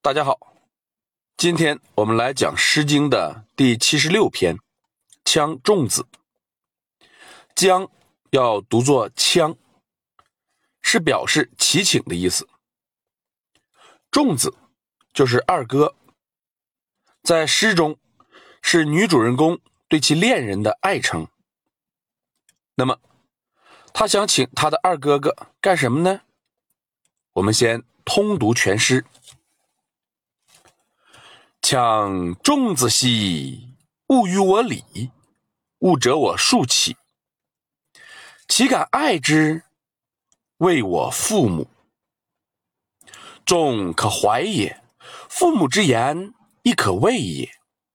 大家好，今天我们来讲《诗经》的第76篇《羌仲子》。姜要读作羌，是表示祈请的意思。仲子就是二哥，在诗中是女主人公对其恋人的爱称。那么他想请他的二哥哥干什么呢？我们先通读全诗。羌仲子兮，勿与我礼，勿折我庶起。岂敢爱之，为我父母。仲可怀也，父母之言，亦可畏也。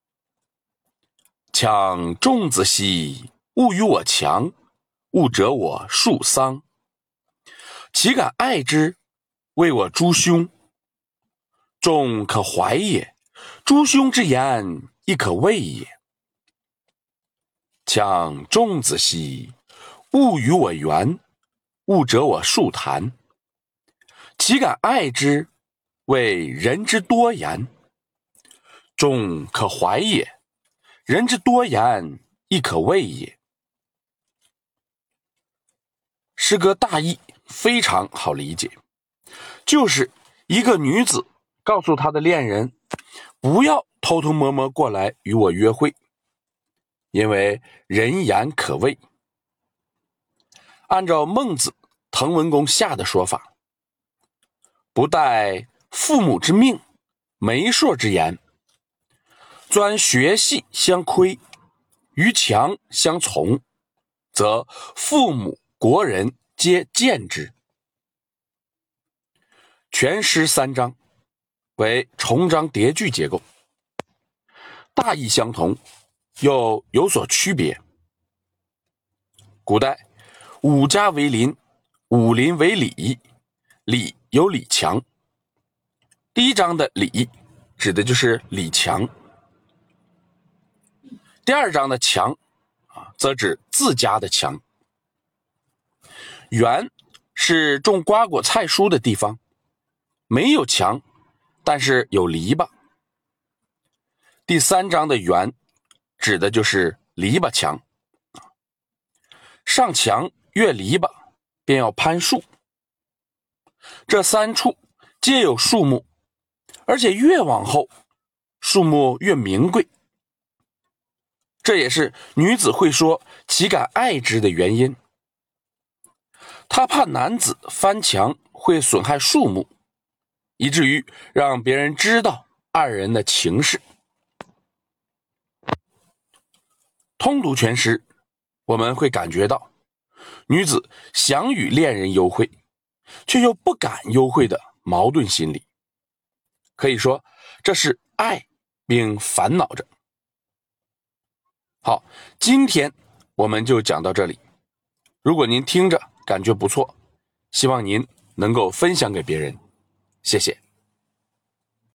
羌仲子兮，勿与我强，勿折我庶桑。岂敢爱之，为我诸兄。仲可怀也，诸兄之言，亦可畏也。羌仲子兮，勿与我缘，勿折我庶谈。岂敢爱之，为人之多言。仲可怀也，人之多言，亦可畏也。诗歌大意非常好理解，就是一个女子告诉她的恋人，不要偷偷摸摸过来与我约会，因为人言可畏。按照孟子《滕文公下》的说法，不待父母之命，媒妁之言，钻学系相窥，于墙相从，则父母国人皆见之。全诗3章为重章叠句结构，大意相同，又有所区别。古代5家为邻，武林为里，里有李强。第1章的里指的就是李强，第2章的强则指自家的强。园是种瓜果菜蔬的地方，没有墙，但是有篱笆。第3章的园指的就是篱笆墙，上墙越篱笆便要攀树。这3处皆有树木，而且越往后树木越名贵，这也是女子会说岂敢爱之的原因。她怕男子翻墙会损害树木，以至于让别人知道二人的情事。通读全诗，我们会感觉到女子想与恋人幽会，却又不敢幽会的矛盾心理。可以说这是爱并烦恼着。好，今天我们就讲到这里。如果您听着感觉不错，希望您能够分享给别人，谢谢。